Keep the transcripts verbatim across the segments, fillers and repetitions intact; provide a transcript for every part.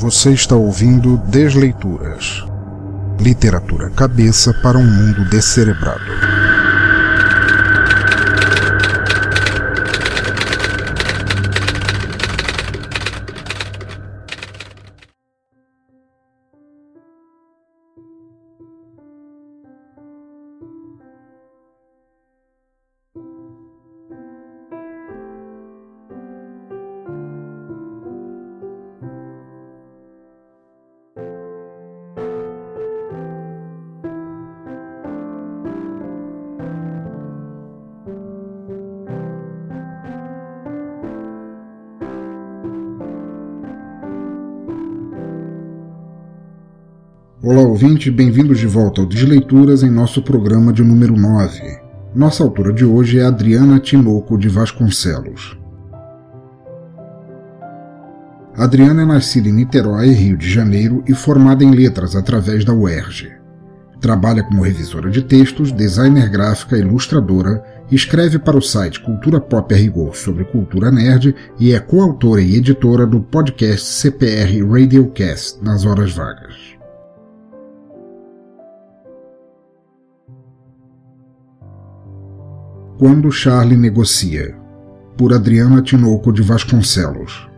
Você está ouvindo Desleituras. Literatura cabeça para um mundo descerebrado. Olá ouvintes, bem-vindos de volta ao Desleituras em nosso programa de número nove. Nossa autora de hoje é Adriana Tinoco de Vasconcelos. Adriana é nascida em Niterói, Rio de Janeiro, e formada em letras através da U E R J. Trabalha como revisora de textos, designer gráfica, ilustradora, escreve para o site Cultura Pop a Rigor sobre cultura nerd e é coautora e editora do podcast C P R Radiocast nas horas vagas. Quando Charlie negocia, por Adriana Tinoco de Vasconcelos.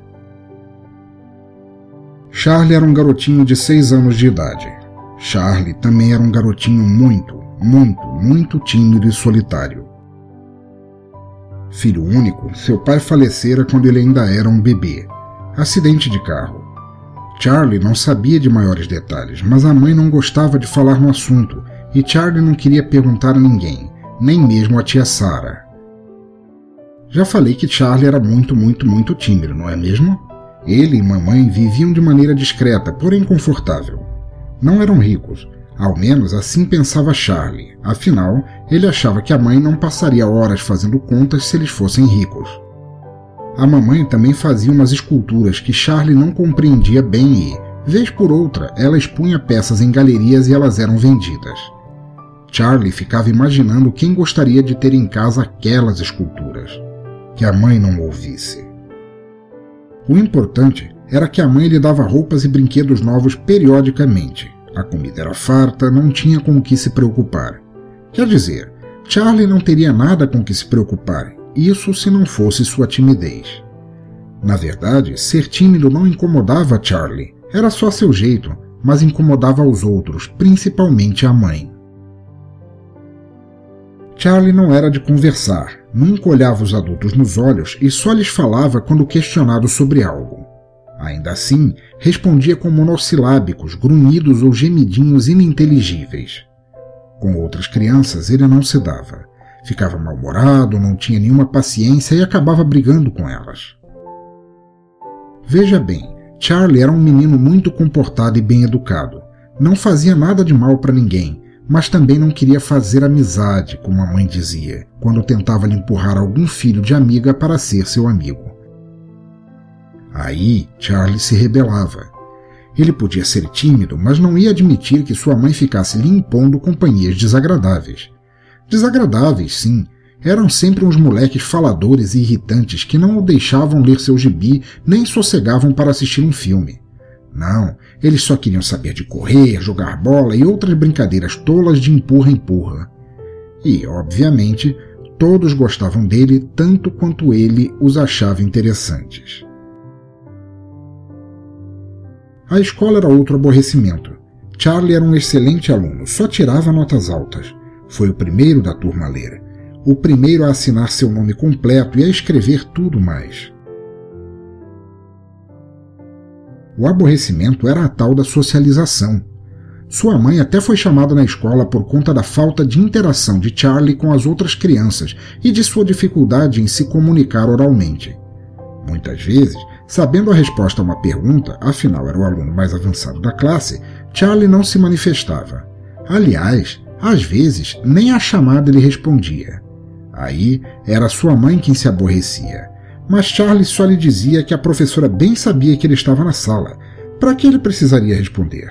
Charlie era um garotinho de seis anos de idade. Charlie também era um garotinho muito, muito, muito tímido e solitário. Filho único, seu pai falecera quando ele ainda era um bebê. Acidente de carro. Charlie não sabia de maiores detalhes, mas a mãe não gostava de falar no assunto e Charlie não queria perguntar a ninguém, nem mesmo a tia Sarah. Já falei que Charlie era muito, muito, muito tímido, não é mesmo? Ele e mamãe viviam de maneira discreta, porém confortável. Não eram ricos, ao menos assim pensava Charlie, afinal, ele achava que a mãe não passaria horas fazendo contas se eles fossem ricos. A mamãe também fazia umas esculturas que Charlie não compreendia bem e, vez por outra, ela expunha peças em galerias e elas eram vendidas. Charlie ficava imaginando quem gostaria de ter em casa aquelas esculturas. Que a mãe não ouvisse. O importante era que a mãe lhe dava roupas e brinquedos novos periodicamente. A comida era farta, não tinha com o que se preocupar. Quer dizer, Charlie não teria nada com o que se preocupar, isso se não fosse sua timidez. Na verdade, ser tímido não incomodava Charlie, era só seu jeito, mas incomodava aos outros, principalmente a mãe. Charlie não era de conversar, nunca olhava os adultos nos olhos e só lhes falava quando questionado sobre algo. Ainda assim, respondia com monossilábicos, grunhidos ou gemidinhos ininteligíveis. Com outras crianças ele não se dava. Ficava mal-humorado, não tinha nenhuma paciência e acabava brigando com elas. Veja bem, Charlie era um menino muito comportado e bem educado. Não fazia nada de mal para ninguém, mas também não queria fazer amizade, como a mãe dizia, quando tentava lhe empurrar algum filho de amiga para ser seu amigo. Aí, Charlie se rebelava. Ele podia ser tímido, mas não ia admitir que sua mãe ficasse lhe impondo companhias desagradáveis. Desagradáveis, sim, eram sempre uns moleques faladores e irritantes que não o deixavam ler seu gibi nem sossegavam para assistir um filme. Não, eles só queriam saber de correr, jogar bola e outras brincadeiras tolas de empurra-empurra. E, obviamente, todos gostavam dele tanto quanto ele os achava interessantes. A escola era outro aborrecimento. Charlie era um excelente aluno, só tirava notas altas. Foi o primeiro da turma a ler, o primeiro a assinar seu nome completo e a escrever tudo mais. O aborrecimento era a tal da socialização. Sua mãe até foi chamada na escola por conta da falta de interação de Charlie com as outras crianças e de sua dificuldade em se comunicar oralmente. Muitas vezes, sabendo a resposta a uma pergunta, afinal era o aluno mais avançado da classe, Charlie não se manifestava. Aliás, às vezes, nem a chamada ele respondia. Aí, era sua mãe quem se aborrecia. Mas Charlie só lhe dizia que a professora bem sabia que ele estava na sala. Para que ele precisaria responder?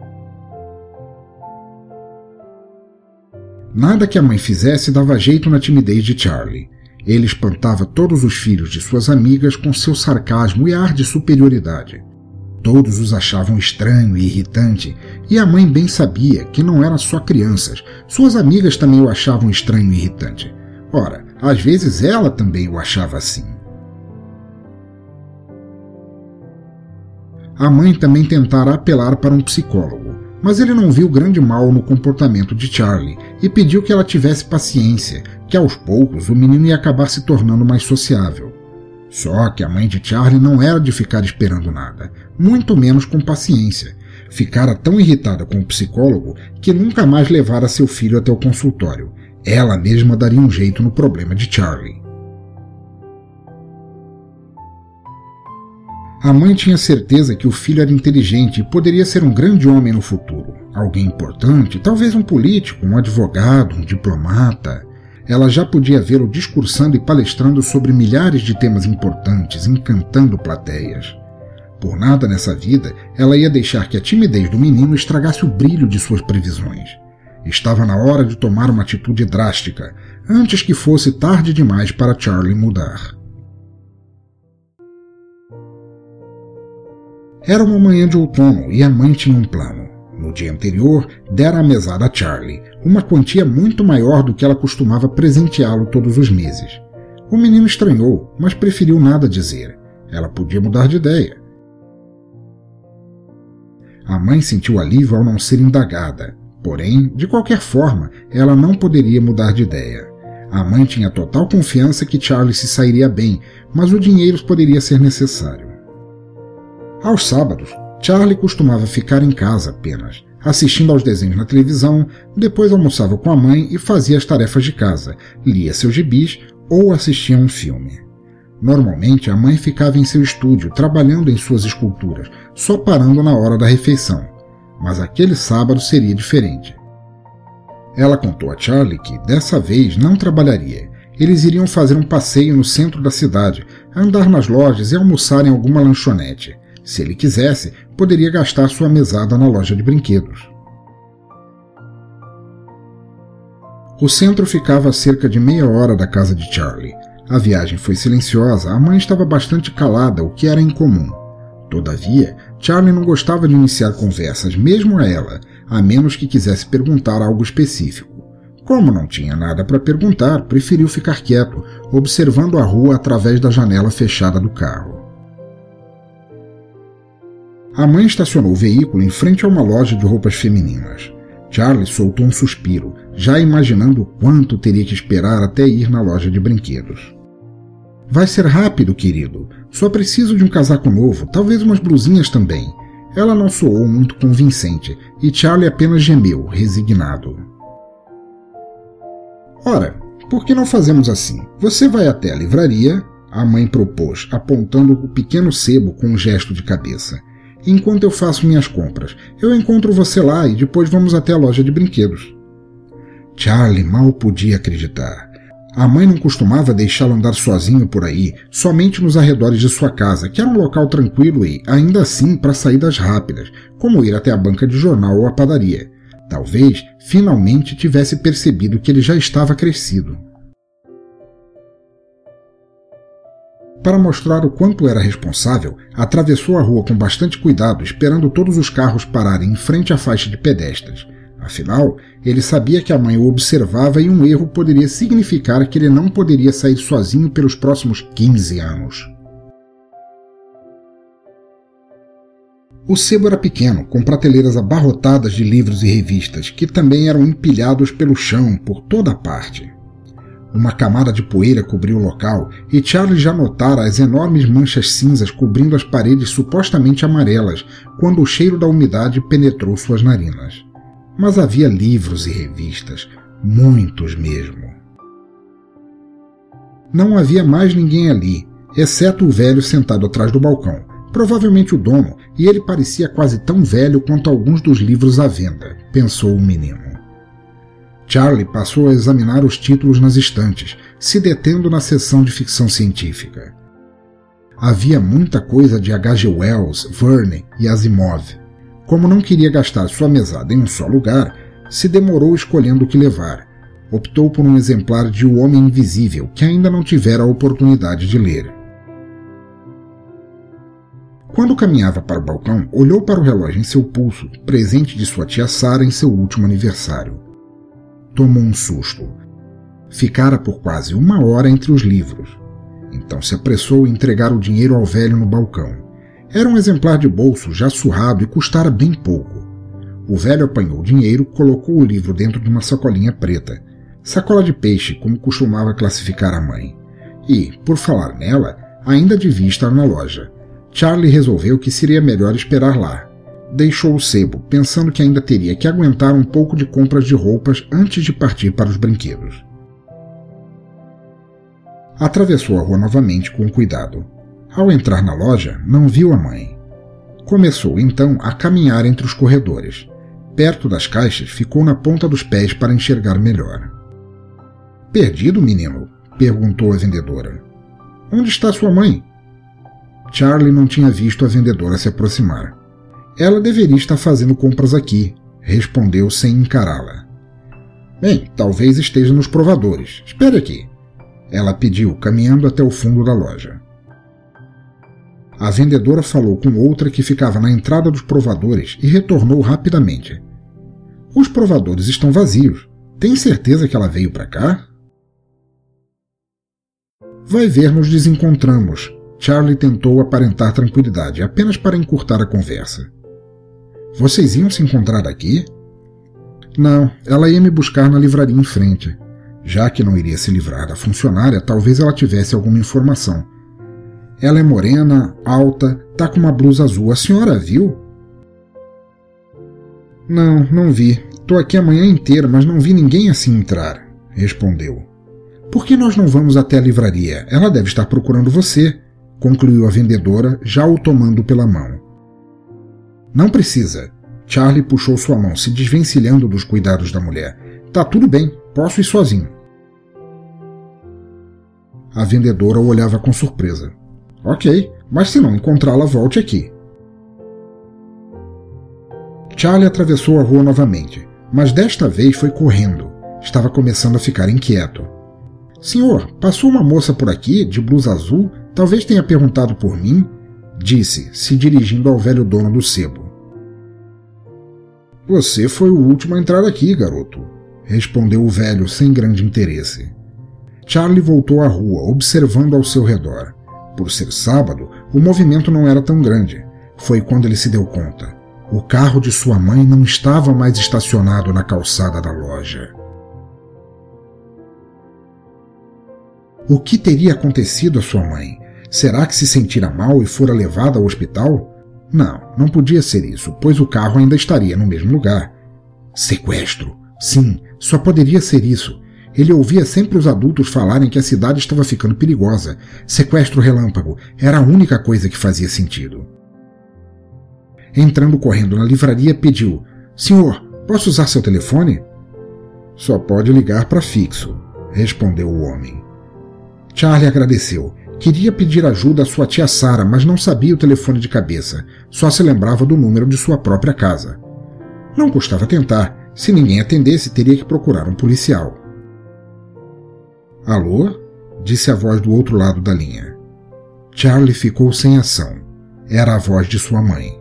Nada que a mãe fizesse dava jeito na timidez de Charlie. Ele espantava todos os filhos de suas amigas com seu sarcasmo e ar de superioridade. Todos os achavam estranho e irritante, e a mãe bem sabia que não eram só crianças, suas amigas também o achavam estranho e irritante. Ora, às vezes ela também o achava assim. A mãe também tentara apelar para um psicólogo, mas ele não viu grande mal no comportamento de Charlie e pediu que ela tivesse paciência, que aos poucos o menino ia acabar se tornando mais sociável. Só que a mãe de Charlie não era de ficar esperando nada, muito menos com paciência. Ficara tão irritada com o psicólogo que nunca mais levara seu filho até o consultório. Ela mesma daria um jeito no problema de Charlie. A mãe tinha certeza que o filho era inteligente e poderia ser um grande homem no futuro. Alguém importante, talvez um político, um advogado, um diplomata. Ela já podia vê-lo discursando e palestrando sobre milhares de temas importantes, encantando plateias. Por nada nessa vida, ela ia deixar que a timidez do menino estragasse o brilho de suas previsões. Estava na hora de tomar uma atitude drástica, antes que fosse tarde demais para Charlie mudar. Era uma manhã de outono e a mãe tinha um plano. No dia anterior, dera a mesada a Charlie, uma quantia muito maior do que ela costumava presenteá-lo todos os meses. O menino estranhou, mas preferiu nada dizer. Ela podia mudar de ideia. A mãe sentiu alívio ao não ser indagada. Porém, de qualquer forma, ela não poderia mudar de ideia. A mãe tinha total confiança que Charlie se sairia bem, mas o dinheiro poderia ser necessário. Aos sábados, Charlie costumava ficar em casa apenas, assistindo aos desenhos na televisão, depois almoçava com a mãe e fazia as tarefas de casa, lia seus gibis ou assistia a um filme. Normalmente, a mãe ficava em seu estúdio, trabalhando em suas esculturas, só parando na hora da refeição. Mas aquele sábado seria diferente. Ela contou a Charlie que, dessa vez, não trabalharia. Eles iriam fazer um passeio no centro da cidade, andar nas lojas e almoçar em alguma lanchonete. Se ele quisesse, poderia gastar sua mesada na loja de brinquedos. O centro ficava a cerca de meia hora da casa de Charlie. A viagem foi silenciosa, a mãe estava bastante calada, o que era incomum. Todavia, Charlie não gostava de iniciar conversas, mesmo a ela, a menos que quisesse perguntar algo específico. Como não tinha nada para perguntar, preferiu ficar quieto, observando a rua através da janela fechada do carro. A mãe estacionou o veículo em frente a uma loja de roupas femininas. Charlie soltou um suspiro, já imaginando o quanto teria que esperar até ir na loja de brinquedos. Vai ser rápido, querido. Só preciso de um casaco novo, talvez umas blusinhas também. Ela não soou muito convincente, e Charlie apenas gemeu, resignado. Ora, por que não fazemos assim? Você vai até a livraria, a mãe propôs, apontando o pequeno sebo com um gesto de cabeça. Enquanto eu faço minhas compras, eu encontro você lá e depois vamos até a loja de brinquedos. Charlie mal podia acreditar. A mãe não costumava deixá-lo andar sozinho por aí, somente nos arredores de sua casa, que era um local tranquilo e, ainda assim, para saídas rápidas, como ir até a banca de jornal ou a padaria. Talvez, finalmente, tivesse percebido que ele já estava crescido. Para mostrar o quanto era responsável, atravessou a rua com bastante cuidado, esperando todos os carros pararem em frente à faixa de pedestres. Afinal, ele sabia que a mãe o observava e um erro poderia significar que ele não poderia sair sozinho pelos próximos quinze anos. O sebo era pequeno, com prateleiras abarrotadas de livros e revistas, que também eram empilhados pelo chão por toda parte. Uma camada de poeira cobriu o local e Charlie já notara as enormes manchas cinzas cobrindo as paredes supostamente amarelas quando o cheiro da umidade penetrou suas narinas. Mas havia livros e revistas, muitos mesmo. Não havia mais ninguém ali, exceto o velho sentado atrás do balcão, provavelmente o dono, e ele parecia quase tão velho quanto alguns dos livros à venda, pensou o menino. Charlie passou a examinar os títulos nas estantes, se detendo na seção de ficção científica. Havia muita coisa de H G Wells, Verne e Asimov. Como não queria gastar sua mesada em um só lugar, se demorou escolhendo o que levar. Optou por um exemplar de O Homem Invisível, que ainda não tivera a oportunidade de ler. Quando caminhava para o balcão, olhou para o relógio em seu pulso, presente de sua tia Sarah em seu último aniversário. Tomou um susto. Ficara por quase uma hora entre os livros. Então se apressou em entregar o dinheiro ao velho no balcão. Era um exemplar de bolso já surrado e custara bem pouco. O velho apanhou o dinheiro, colocou o livro dentro de uma sacolinha preta. Sacola de peixe, como costumava classificar a mãe. E, por falar nela, ainda devia estar na loja. Charlie resolveu que seria melhor esperar lá. Deixou o sebo, pensando que ainda teria que aguentar um pouco de compras de roupas antes de partir para os brinquedos. Atravessou a rua novamente com cuidado. Ao entrar na loja, não viu a mãe. Começou, então, a caminhar entre os corredores. Perto das caixas, ficou na ponta dos pés para enxergar melhor. "Perdido, menino?" perguntou a vendedora. "Onde está sua mãe?" Charlie não tinha visto a vendedora se aproximar. "Ela deveria estar fazendo compras aqui", respondeu sem encará-la. "Bem, talvez esteja nos provadores. Espere aqui", ela pediu, caminhando até o fundo da loja. A vendedora falou com outra que ficava na entrada dos provadores e retornou rapidamente. "Os provadores estão vazios. Tem certeza que ela veio para cá?" "Vai ver, nos desencontramos." Charlie tentou aparentar tranquilidade, apenas para encurtar a conversa. "Vocês iam se encontrar aqui?" "Não, ela ia me buscar na livraria em frente. Já que não iria se livrar da funcionária, talvez ela tivesse alguma informação. Ela é morena, alta, tá com uma blusa azul. A senhora a viu?" "Não, não vi. Tô aqui a manhã inteira, mas não vi ninguém assim entrar", respondeu. "Por que nós não vamos até a livraria? Ela deve estar procurando você", concluiu a vendedora, já o tomando pela mão. "Não precisa." Charlie puxou sua mão, se desvencilhando dos cuidados da mulher. "Tá tudo bem, posso ir sozinho." A vendedora o olhava com surpresa. "Ok, mas se não encontrá-la, volte aqui." Charlie atravessou a rua novamente, mas desta vez foi correndo. Estava começando a ficar inquieto. "Senhor, passou uma moça por aqui, de blusa azul, talvez tenha perguntado por mim", disse, se dirigindo ao velho dono do sebo. "Você foi o último a entrar aqui, garoto", respondeu o velho sem grande interesse. Charlie voltou à rua, observando ao seu redor. Por ser sábado, o movimento não era tão grande. Foi quando ele se deu conta. O carro de sua mãe não estava mais estacionado na calçada da loja. O que teria acontecido à sua mãe? Será que se sentira mal e fora levada ao hospital? Não, não podia ser isso, pois o carro ainda estaria no mesmo lugar. Sequestro. Sim, só poderia ser isso. Ele ouvia sempre os adultos falarem que a cidade estava ficando perigosa. Sequestro relâmpago era a única coisa que fazia sentido. Entrando correndo na livraria, pediu: "Senhor, posso usar seu telefone?" "Só pode ligar para fixo", respondeu o homem. Charlie agradeceu. Queria pedir ajuda à sua tia Sarah, mas não sabia o telefone de cabeça. Só se lembrava do número de sua própria casa. Não custava tentar. Se ninguém atendesse, teria que procurar um policial. "Alô?", disse a voz do outro lado da linha. Charlie ficou sem ação. Era a voz de sua mãe.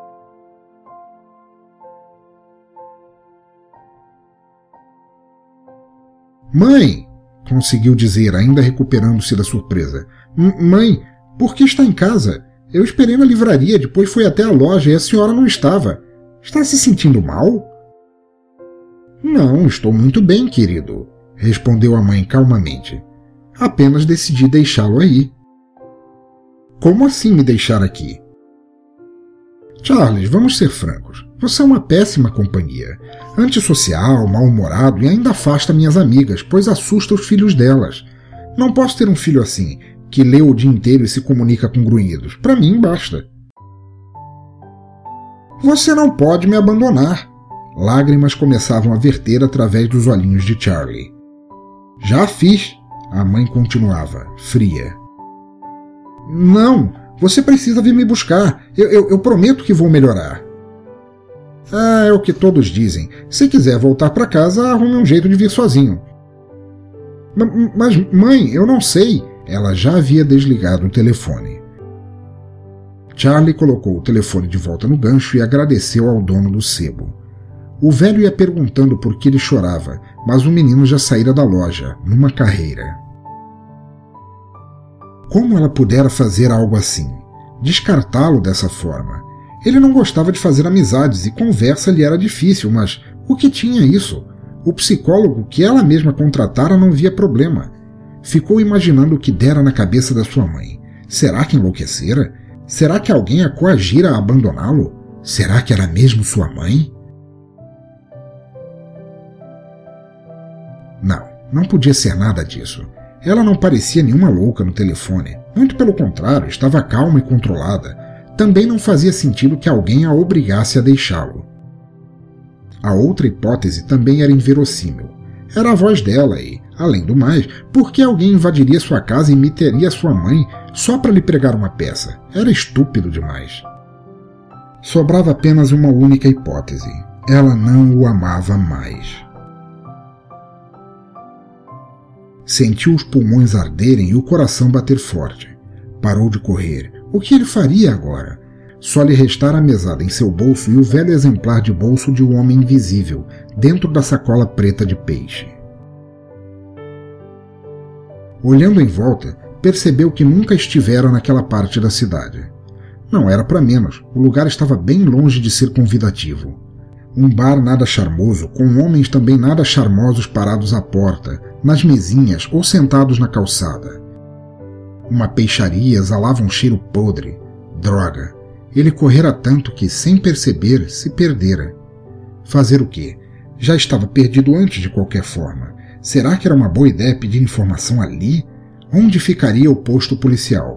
"Mãe!", conseguiu dizer, ainda recuperando-se da surpresa. "Mãe, por que está em casa? Eu esperei na livraria, depois fui até a loja e a senhora não estava. Está se sentindo mal?" "Não, estou muito bem, querido", respondeu a mãe calmamente. "Apenas decidi deixá-lo aí." "Como assim me deixar aqui?" "Charles, vamos ser francos. Você é uma péssima companhia. Antissocial, mal-humorado e ainda afasta minhas amigas, pois assusta os filhos delas. Não posso ter um filho assim, que lê o dia inteiro e se comunica com grunhidos. Para mim, basta." "Você não pode me abandonar." Lágrimas começavam a verter através dos olhinhos de Charlie. "Já fiz", a mãe continuava, fria. "Não, você precisa vir me buscar. Eu, eu, eu prometo que vou melhorar." "Ah, é o que todos dizem. Se quiser voltar para casa, arrume um jeito de vir sozinho." "Mas, mãe, eu não sei." Ela já havia desligado o telefone. Charlie colocou o telefone de volta no gancho e agradeceu ao dono do sebo. O velho ia perguntando por que ele chorava, mas o menino já saíra da loja, numa carreira. Como ela pudera fazer algo assim? Descartá-lo dessa forma? Ele não gostava de fazer amizades e conversa lhe era difícil, mas o que tinha isso? O psicólogo que ela mesma contratara não via problema. Ficou imaginando o que dera na cabeça da sua mãe. Será que enlouquecera? Será que alguém a coagira a abandoná-lo? Será que era mesmo sua mãe? Não, não podia ser nada disso. Ela não parecia nenhuma louca no telefone. Muito pelo contrário, estava calma e controlada. Também não fazia sentido que alguém a obrigasse a deixá-lo. A outra hipótese também era inverossímil. Era a voz dela e, além do mais, por que alguém invadiria sua casa e imitaria sua mãe só para lhe pregar uma peça? Era estúpido demais. Sobrava apenas uma única hipótese. Ela não o amava mais. Sentiu os pulmões arderem e o coração bater forte. Parou de correr. O que ele faria agora? Só lhe restara a mesada em seu bolso e o velho exemplar de bolso de um homem invisível, dentro da sacola preta de peixe. Olhando em volta, percebeu que nunca estivera naquela parte da cidade. Não era para menos, o lugar estava bem longe de ser convidativo. Um bar nada charmoso, com homens também nada charmosos parados à porta, nas mesinhas ou sentados na calçada. Uma peixaria exalava um cheiro podre. Droga! Ele correra tanto que, sem perceber, se perdera. Fazer o quê? Já estava perdido antes de qualquer forma. Será que era uma boa ideia pedir informação ali? Onde ficaria o posto policial?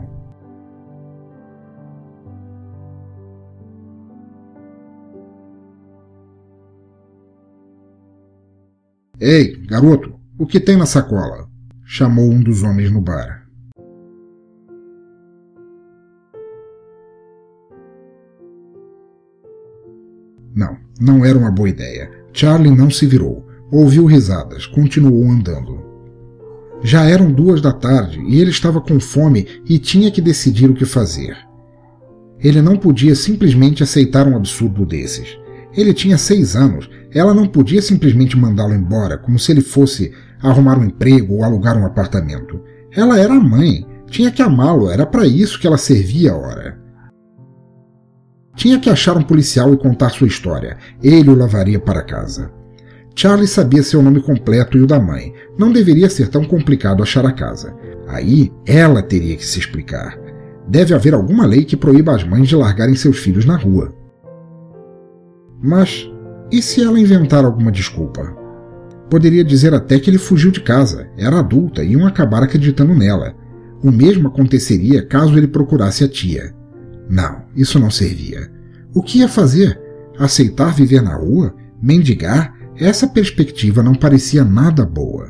Ei, garoto, o que tem na sacola? Chamou um dos homens no bar. Não, não era uma boa ideia. Charlie não se virou. Ouviu risadas, continuou andando. Já eram duas da tarde e ele estava com fome e tinha que decidir o que fazer. Ele não podia simplesmente aceitar um absurdo desses. Ele tinha seis anos, ela não podia simplesmente mandá-lo embora como se ele fosse arrumar um emprego ou alugar um apartamento. Ela era a mãe, tinha que amá-lo, era para isso que ela servia a hora. Tinha que achar um policial e contar sua história. Ele o levaria para casa. Charlie sabia seu nome completo e o da mãe. Não deveria ser tão complicado achar a casa. Aí, ela teria que se explicar. Deve haver alguma lei que proíba as mães de largarem seus filhos na rua. Mas, e se ela inventar alguma desculpa? Poderia dizer até que ele fugiu de casa, era adulta e iam acabar acreditando nela. O mesmo aconteceria caso ele procurasse a tia. Não, isso não servia. O que ia fazer? Aceitar viver na rua? Mendigar? Essa perspectiva não parecia nada boa.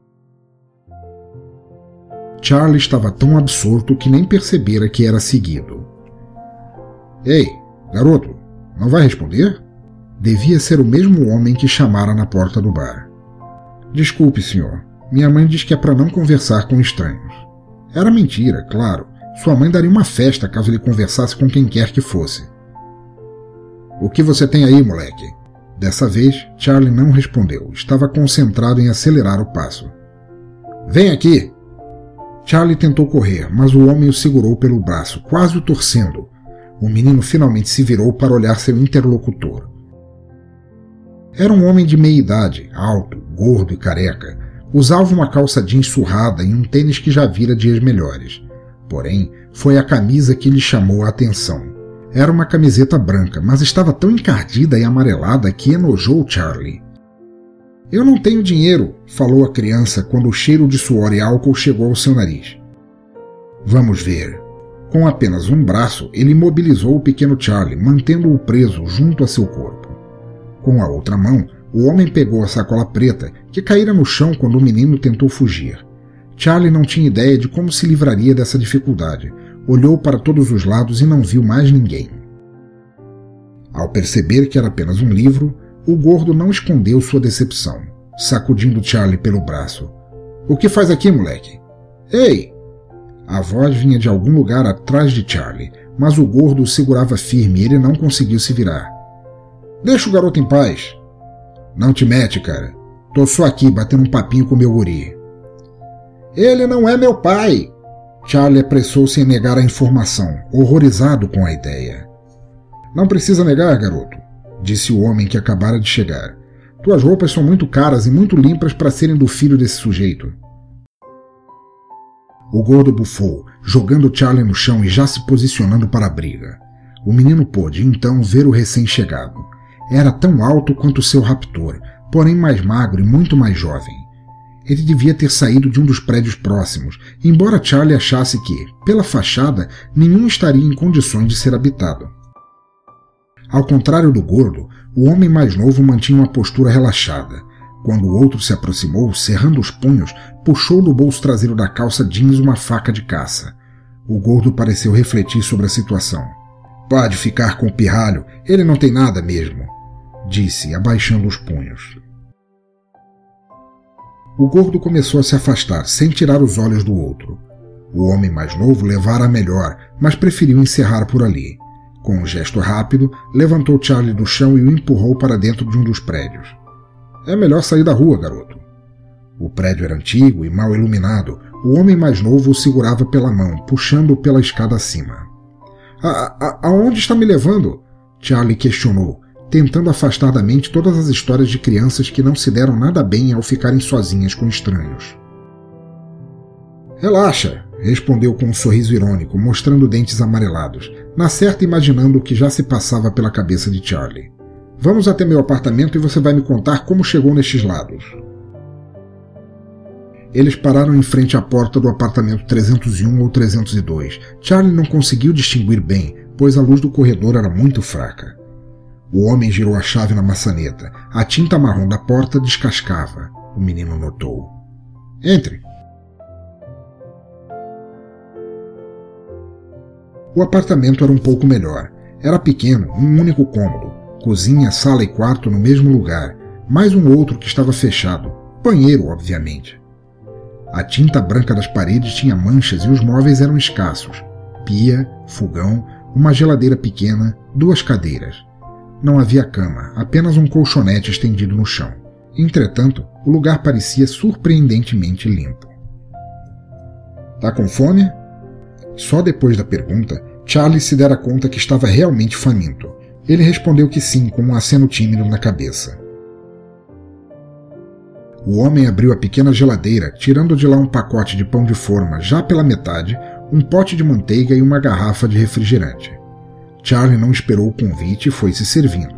Charlie estava tão absorto que nem percebera que era seguido. Ei, garoto, não vai responder? Devia ser o mesmo homem que chamara na porta do bar. Desculpe, senhor. Minha mãe diz que é para não conversar com estranhos. Era mentira, claro. Sua mãe daria uma festa caso ele conversasse com quem quer que fosse. O que você tem aí, moleque? Dessa vez, Charlie não respondeu. Estava concentrado em acelerar o passo. Vem aqui! Charlie tentou correr, mas o homem o segurou pelo braço, quase o torcendo. O menino finalmente se virou para olhar seu interlocutor. Era um homem de meia idade, alto, gordo e careca. Usava uma calça jeans surrada e um tênis que já vira dias melhores. Porém, foi a camisa que lhe chamou a atenção. Era uma camiseta branca, mas estava tão encardida e amarelada que enojou Charlie. Eu não tenho dinheiro, falou a criança quando o cheiro de suor e álcool chegou ao seu nariz. Vamos ver. Com apenas um braço, ele imobilizou o pequeno Charlie, mantendo-o preso junto a seu corpo. Com a outra mão, o homem pegou a sacola preta, que caíra no chão quando o menino tentou fugir. Charlie não tinha ideia de como se livraria dessa dificuldade. Olhou para todos os lados e não viu mais ninguém. Ao perceber que era apenas um livro, o gordo não escondeu sua decepção, sacudindo Charlie pelo braço. — O que faz aqui, moleque? — Ei! A voz vinha de algum lugar atrás de Charlie. mas o gordo o segurava firme e ele não conseguiu se virar. Deixa o garoto em paz. Não te mete, cara. Tô só aqui batendo um papinho com meu guri. Ele não é meu pai. Charlie apressou-se em negar a informação, horrorizado com a ideia. Não precisa negar, garoto, disse o homem que acabara de chegar. Tuas roupas são muito caras e muito limpas para serem do filho desse sujeito. O gordo bufou, jogando Charlie no chão e já se posicionando para a briga. O menino pôde, então, ver o recém-chegado. Era tão alto quanto seu raptor, porém mais magro e muito mais jovem. Ele devia ter saído de um dos prédios próximos, embora Charlie achasse que, pela fachada, nenhum estaria em condições de ser habitado. Ao contrário do gordo, o homem mais novo mantinha uma postura relaxada. Quando o outro se aproximou, cerrando os punhos, puxou do bolso traseiro da calça jeans uma faca de caça. O gordo pareceu refletir sobre a situação. Pode ficar com o pirralho, ele não tem nada mesmo, disse, abaixando os punhos. O gordo começou a se afastar, sem tirar os olhos do outro. O homem mais novo levara a melhor, mas preferiu encerrar por ali. Com um gesto rápido, levantou Charlie do chão e o empurrou para dentro de um dos prédios. É melhor sair da rua, garoto. O prédio era antigo e mal iluminado. O homem mais novo o segurava pela mão, puxando-o pela escada acima. A, a, aonde está me levando? Charlie questionou, tentando afastar da mente todas as histórias de crianças que não se deram nada bem ao ficarem sozinhas com estranhos. Relaxa, respondeu com um sorriso irônico, mostrando dentes amarelados, na certa imaginando o que já se passava pela cabeça de Charlie. Vamos até meu apartamento e você vai me contar como chegou nestes lados. Eles pararam em frente à porta do apartamento trezentos e um ou trezentos e dois. Charlie não conseguiu distinguir bem, pois a luz do corredor era muito fraca. O homem girou a chave na maçaneta. A tinta marrom da porta descascava. O menino notou. Entre. O apartamento era um pouco melhor. Era pequeno, um único cômodo. Cozinha, sala e quarto no mesmo lugar. Mais um outro que estava fechado. Banheiro, obviamente. A tinta branca das paredes tinha manchas e os móveis eram escassos. Pia, fogão, uma geladeira pequena, duas cadeiras. Não havia cama, apenas um colchonete estendido no chão. Entretanto, o lugar parecia surpreendentemente limpo. Tá com fome? Só depois da pergunta, Charlie se dera conta que estava realmente faminto. Ele respondeu que sim, com um aceno tímido na cabeça. O homem abriu a pequena geladeira, tirando de lá um pacote de pão de forma, já pela metade, um pote de manteiga e uma garrafa de refrigerante. Charlie não esperou o convite e foi se servindo.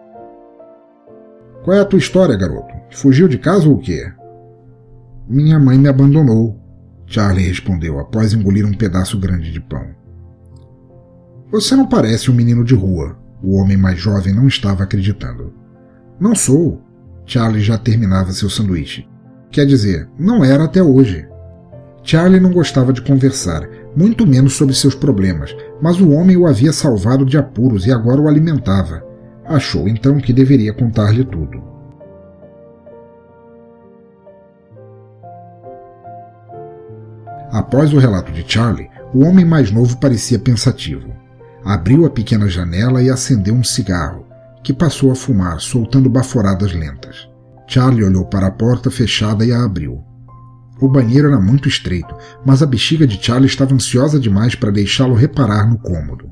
Qual é a tua história, garoto? Fugiu de casa ou o quê? Minha mãe me abandonou, Charlie respondeu após engolir um pedaço grande de pão. Você não parece um menino de rua. O homem mais jovem não estava acreditando. Não sou. Charlie já terminava seu sanduíche. Quer dizer, não era até hoje. Charlie não gostava de conversar, muito menos sobre seus problemas, mas o homem o havia salvado de apuros e agora o alimentava. Achou então que deveria contar-lhe tudo. Após o relato de Charlie, o homem mais novo parecia pensativo. Abriu a pequena janela e acendeu um cigarro, que passou a fumar, soltando baforadas lentas. Charlie olhou para a porta fechada e a abriu. O banheiro era muito estreito, mas a bexiga de Charlie estava ansiosa demais para deixá-lo reparar no cômodo.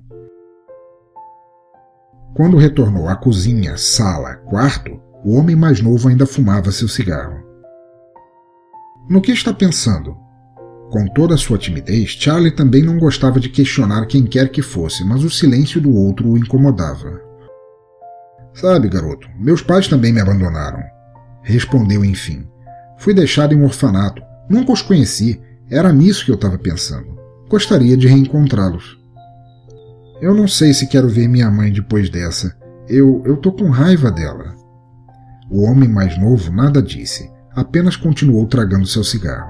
Quando retornou à cozinha, sala, quarto, o homem mais novo ainda fumava seu cigarro. No que está pensando? Com toda a sua timidez, Charlie também não gostava de questionar quem quer que fosse, mas o silêncio do outro o incomodava. Sabe, garoto, meus pais também me abandonaram. Respondeu enfim. Fui deixado em um orfanato. Nunca os conheci. Era nisso que eu estava pensando. Gostaria de reencontrá-los. Eu não sei se quero ver minha mãe depois dessa. Eu, eu tô com raiva dela. O homem mais novo nada disse. Apenas continuou tragando seu cigarro.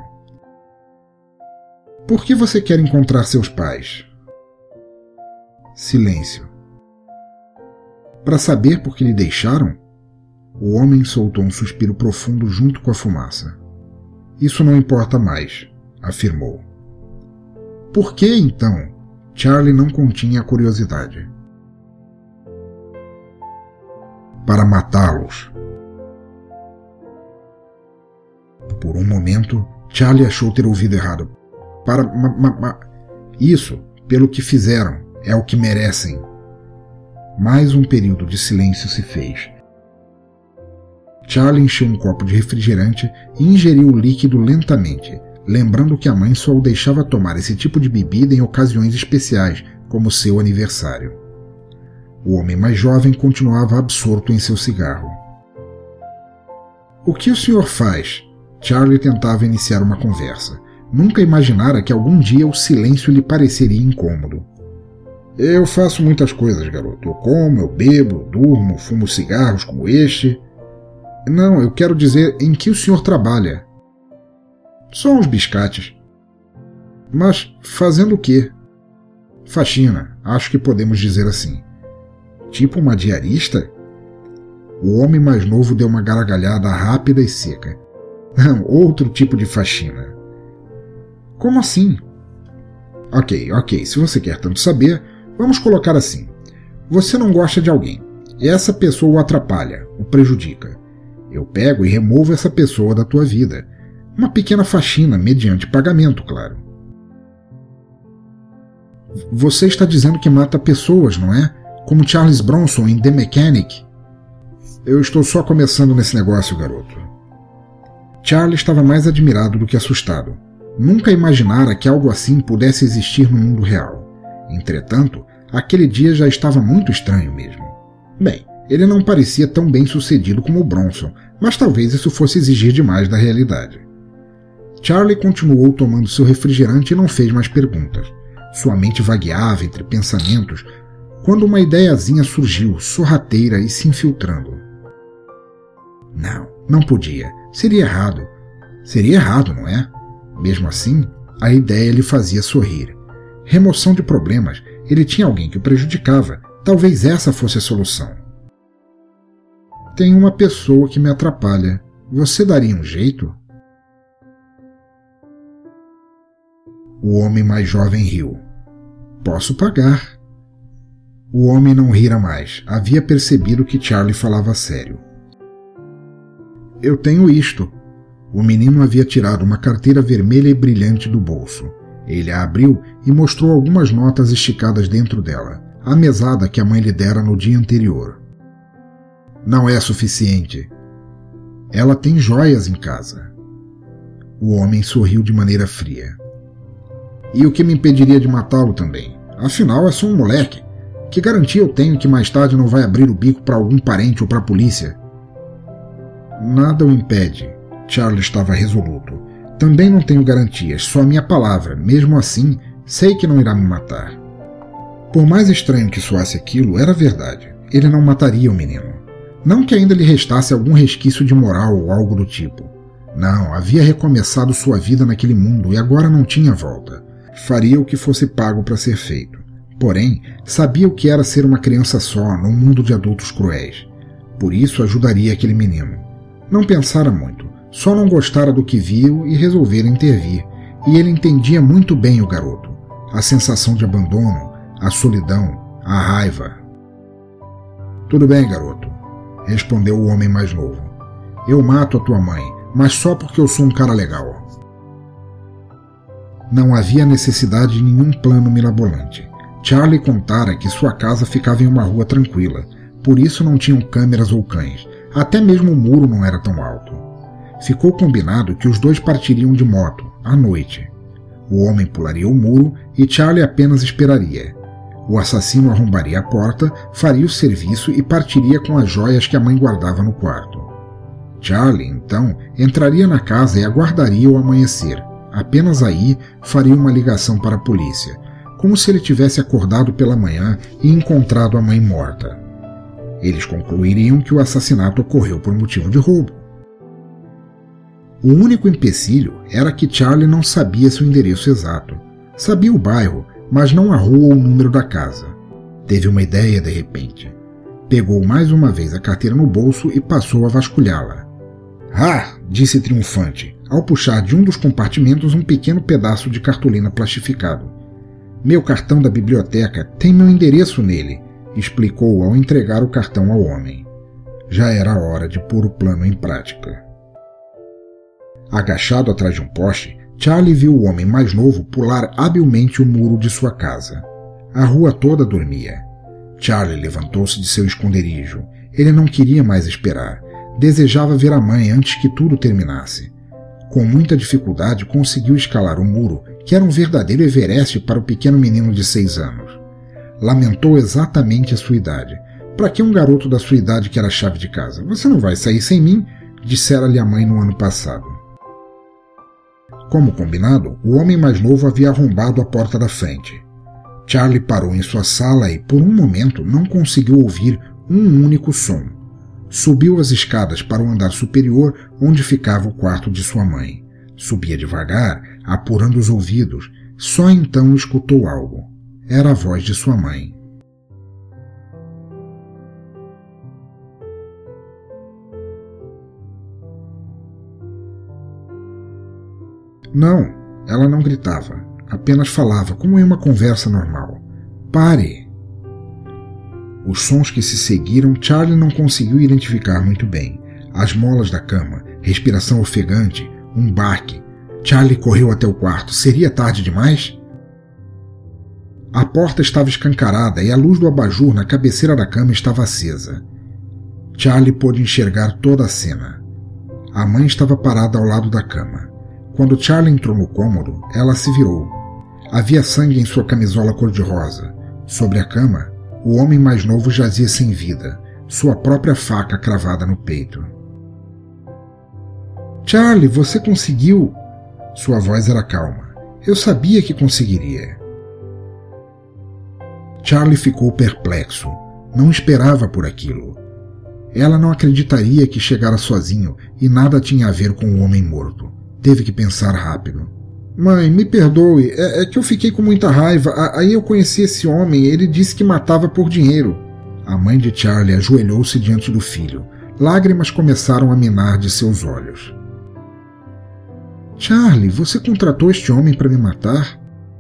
Por que você quer encontrar seus pais? Silêncio. Para saber por que lhe deixaram? O homem soltou um suspiro profundo junto com a fumaça. Isso não importa mais, afirmou. Por que, então? Charlie não continha a curiosidade. Para matá-los. Por um momento, Charlie achou ter ouvido errado. Para... Ma, ma, ma... Isso, pelo que fizeram, é o que merecem. Mais um período de silêncio se fez. Charlie encheu um copo de refrigerante e ingeriu o líquido lentamente, lembrando que a mãe só o deixava tomar esse tipo de bebida em ocasiões especiais, como seu aniversário. O homem mais jovem continuava absorto em seu cigarro. O que o senhor faz? Charlie tentava iniciar uma conversa. Nunca imaginara que algum dia o silêncio lhe pareceria incômodo. Eu faço muitas coisas, garoto. Eu como, eu bebo, durmo, fumo cigarros como este. Não, eu quero dizer em que o senhor trabalha. Só uns biscates. Mas fazendo o quê? Faxina, acho que podemos dizer assim. Tipo uma diarista? O homem mais novo deu uma gargalhada rápida e seca. Não, outro tipo de faxina. Como assim? Ok, ok, se você quer tanto saber, vamos colocar assim. Você não gosta de alguém, e essa pessoa o atrapalha, o prejudica. Eu pego e removo essa pessoa da tua vida. Uma pequena faxina, mediante pagamento, claro. Você está dizendo que mata pessoas, não é? Como Charles Bronson em The Mechanic? Eu estou só começando nesse negócio, garoto. Charlie estava mais admirado do que assustado. Nunca imaginara que algo assim pudesse existir no mundo real. Entretanto, aquele dia já estava muito estranho mesmo. Bem, ele não parecia tão bem sucedido como o Bronson, mas talvez isso fosse exigir demais da realidade. Charlie continuou tomando seu refrigerante e não fez mais perguntas. Sua mente vagueava entre pensamentos, quando uma ideiazinha surgiu, sorrateira e se infiltrando. Não, não podia. Seria errado. Seria errado, não é? Mesmo assim, a ideia lhe fazia sorrir. Remoção de problemas. Ele tinha alguém que o prejudicava. Talvez essa fosse a solução. Tem uma pessoa que me atrapalha. Você daria um jeito? O homem mais jovem riu. Posso pagar. O homem não rira mais. Havia percebido que Charlie falava sério. Eu tenho isto. O menino havia tirado uma carteira vermelha e brilhante do bolso. Ele a abriu e mostrou algumas notas esticadas dentro dela, a mesada que a mãe lhe dera no dia anterior. Não é suficiente. Ela tem joias em casa. O homem sorriu de maneira fria. E o que me impediria de matá-lo também? Afinal, é só um moleque. Que garantia eu tenho que mais tarde não vai abrir o bico para algum parente ou para a polícia? Nada o impede. Charlie estava resoluto. Também não tenho garantias, só minha palavra. Mesmo assim, sei que não irá me matar. Por mais estranho que soasse aquilo, era verdade. Ele não mataria o menino. Não que ainda lhe restasse algum resquício de moral ou algo do tipo. Não, havia recomeçado sua vida naquele mundo e agora não tinha volta. Faria o que fosse pago para ser feito. Porém, sabia o que era ser uma criança só, num mundo de adultos cruéis. Por isso ajudaria aquele menino. Não pensara muito, só não gostara do que viu e resolvera intervir, e ele entendia muito bem o garoto. A sensação de abandono, a solidão, a raiva. Tudo bem, garoto, respondeu o homem mais novo. Eu mato a tua mãe, mas só porque eu sou um cara legal. Não havia necessidade de nenhum plano mirabolante. Charlie contara que sua casa ficava em uma rua tranquila, por isso não tinham câmeras ou cães, até mesmo o muro não era tão alto. Ficou combinado que os dois partiriam de moto, à noite. O homem pularia o muro e Charlie apenas esperaria. O assassino arrombaria a porta, faria o serviço e partiria com as joias que a mãe guardava no quarto. Charlie, então, entraria na casa e aguardaria o amanhecer. Apenas aí faria uma ligação para a polícia, como se ele tivesse acordado pela manhã e encontrado a mãe morta. Eles concluiriam que o assassinato ocorreu por motivo de roubo. O único empecilho era que Charlie não sabia seu endereço exato. Sabia o bairro, mas não a rua ou o número da casa. Teve uma ideia de repente. Pegou mais uma vez a carteira no bolso e passou a vasculhá-la. Ah! Disse triunfante, ao puxar de um dos compartimentos um pequeno pedaço de cartolina plastificado. Meu cartão da biblioteca tem meu endereço nele, explicou ao entregar o cartão ao homem. Já era hora de pôr o plano em prática. Agachado atrás de um poste, Charlie viu o homem mais novo pular habilmente o muro de sua casa. A rua toda dormia. Charlie levantou-se de seu esconderijo. Ele não queria mais esperar. Desejava ver a mãe antes que tudo terminasse. Com muita dificuldade conseguiu escalar o muro, que era um verdadeiro Everest para o pequeno menino de seis anos. Lamentou exatamente a sua idade. Para que um garoto da sua idade quer a chave de casa? Você não vai sair sem mim, dissera-lhe a mãe no ano passado. Como combinado, o homem mais novo havia arrombado a porta da frente. Charlie parou em sua sala e, por um momento, não conseguiu ouvir um único som. Subiu as escadas para o andar superior, onde ficava o quarto de sua mãe. Subia devagar, apurando os ouvidos. Só então escutou algo. Era a voz de sua mãe. Não, ela não gritava. Apenas falava, como em uma conversa normal. Pare! Os sons que se seguiram, Charlie não conseguiu identificar muito bem. As molas da cama, respiração ofegante, um baque. Charlie correu até o quarto. Seria tarde demais? A porta estava escancarada e a luz do abajur na cabeceira da cama estava acesa. Charlie pôde enxergar toda a cena. A mãe estava parada ao lado da cama. Quando Charlie entrou no cômodo, ela se virou. Havia sangue em sua camisola cor-de-rosa. Sobre a cama, o homem mais novo jazia sem vida, sua própria faca cravada no peito. Charlie, você conseguiu! Sua voz era calma. Eu sabia que conseguiria. Charlie ficou perplexo. Não esperava por aquilo. Ela não acreditaria que chegara sozinho e nada tinha a ver com o homem morto. Teve que pensar rápido. Mãe, me perdoe, é, é que eu fiquei com muita raiva. Aí eu conheci esse homem, ele disse que matava por dinheiro. A mãe de Charlie ajoelhou-se diante do filho. Lágrimas começaram a minar de seus olhos. Charlie, você contratou este homem para me matar?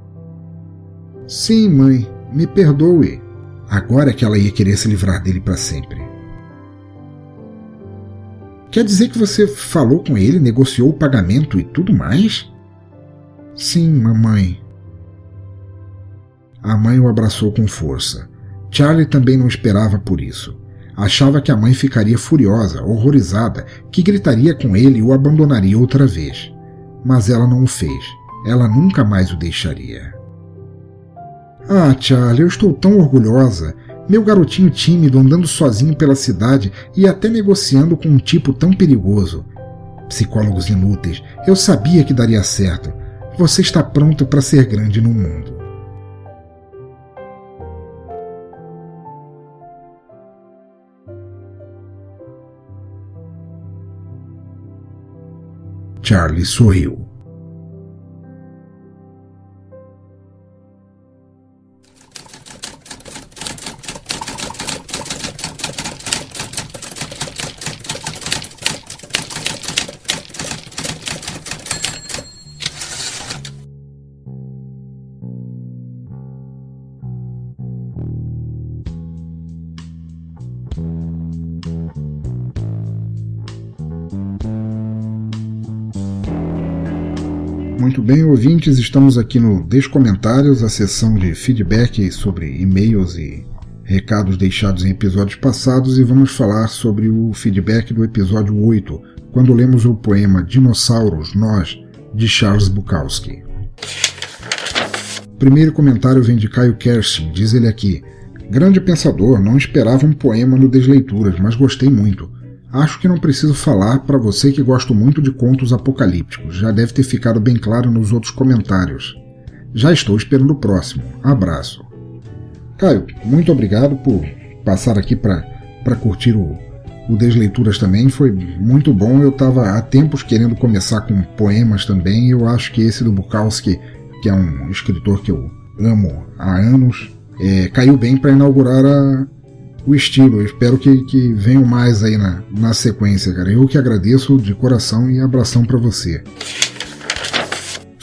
Sim, mãe, me perdoe. Agora é que ela ia querer se livrar dele para sempre. Quer dizer que você falou com ele, negociou o pagamento e tudo mais? Sim, mamãe. A mãe o abraçou com força. Charlie também não esperava por isso. Achava que a mãe ficaria furiosa, horrorizada, que gritaria com ele e o abandonaria outra vez. Mas ela não o fez. Ela nunca mais o deixaria. Ah, Charlie, eu estou tão orgulhosa. Meu garotinho tímido andando sozinho pela cidade e até negociando com um tipo tão perigoso. Psicólogos inúteis, eu sabia que daria certo. Você está pronto para ser grande no mundo. Charlie sorriu. Muito bem, ouvintes, estamos aqui no Descomentários, a seção de feedback sobre e-mails e recados deixados em episódios passados, e vamos falar sobre o feedback do episódio oito, quando lemos o poema Dinossauros, Nós, de Charles Bukowski. O primeiro comentário vem de Caio Kerstin, diz ele aqui: grande pensador, não esperava um poema no Desleituras, mas gostei muito. Acho que não preciso falar para você que gosto muito de contos apocalípticos. Já deve ter ficado bem claro nos outros comentários. Já estou esperando o próximo. Abraço. Caio, muito obrigado por passar aqui para curtir o, o Desleituras também. Foi muito bom. Eu estava há tempos querendo começar com poemas também. Eu acho que esse do Bukowski, que é um escritor que eu amo há anos, é, caiu bem para inaugurar a o estilo. Eu espero que, que venham mais aí na, na sequência, cara. Eu que agradeço de coração e abração para você.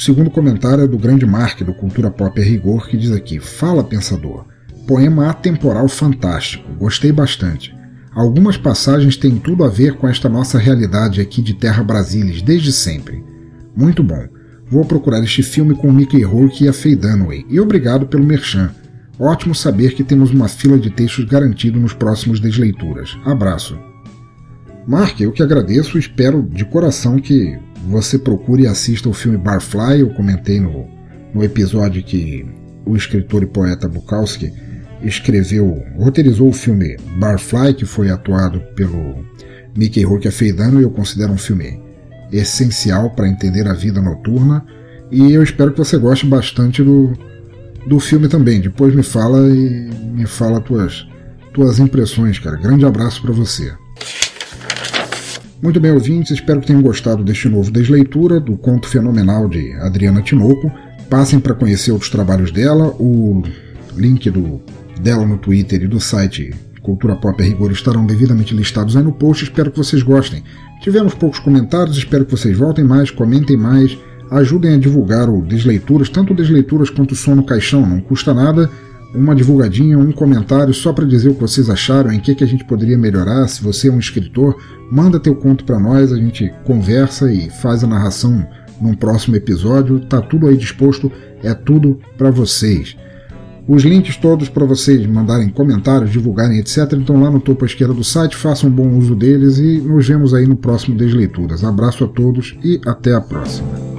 segundo comentário é do grande Mark, do Cultura Pop a Rigor, que diz aqui: Fala, pensador. Poema atemporal fantástico. Gostei bastante. Algumas passagens têm tudo a ver com esta nossa realidade aqui de Terra Brasilis, desde sempre. Muito bom. Vou procurar este filme com o Mickey Rourke e a Faye Dunaway. E obrigado pelo merchan. Ótimo saber que temos uma fila de textos garantido nos próximos Desleituras. Abraço. Mark, eu que agradeço e espero de coração que você procure e assista o filme Barfly. Eu comentei no, no episódio que o escritor e poeta Bukowski escreveu, roteirizou o filme Barfly, que foi atuado pelo Mickey Rourke e a Faye Dunaway. Eu considero um filme essencial para entender a vida noturna e eu espero que você goste bastante do, do filme também. Depois me fala e me fala tuas, tuas impressões, cara. Grande abraço para você. Muito bem, ouvintes, espero que tenham gostado deste novo Desleitura, do conto fenomenal de Adriana Tinoco. Passem para conhecer outros trabalhos dela, o link do, dela no Twitter e do site Cultura Pop a Rigor estarão devidamente listados aí no post. Espero que vocês gostem. Tivemos poucos comentários, espero que vocês voltem mais, comentem mais, ajudem a divulgar o Desleituras, tanto o Desleituras quanto o Som no Caixão, não custa nada. Uma divulgadinha, um comentário só para dizer o que vocês acharam, em que, que a gente poderia melhorar. Se você é um escritor, manda teu conto para nós, a gente conversa e faz a narração num próximo episódio. Tá tudo aí disposto, é tudo para vocês. Os links todos para vocês mandarem comentários, divulgarem, etcétera estão lá no topo à esquerda do site. Façam bom uso deles e nos vemos aí no próximo Desleituras. Abraço a todos e até a próxima.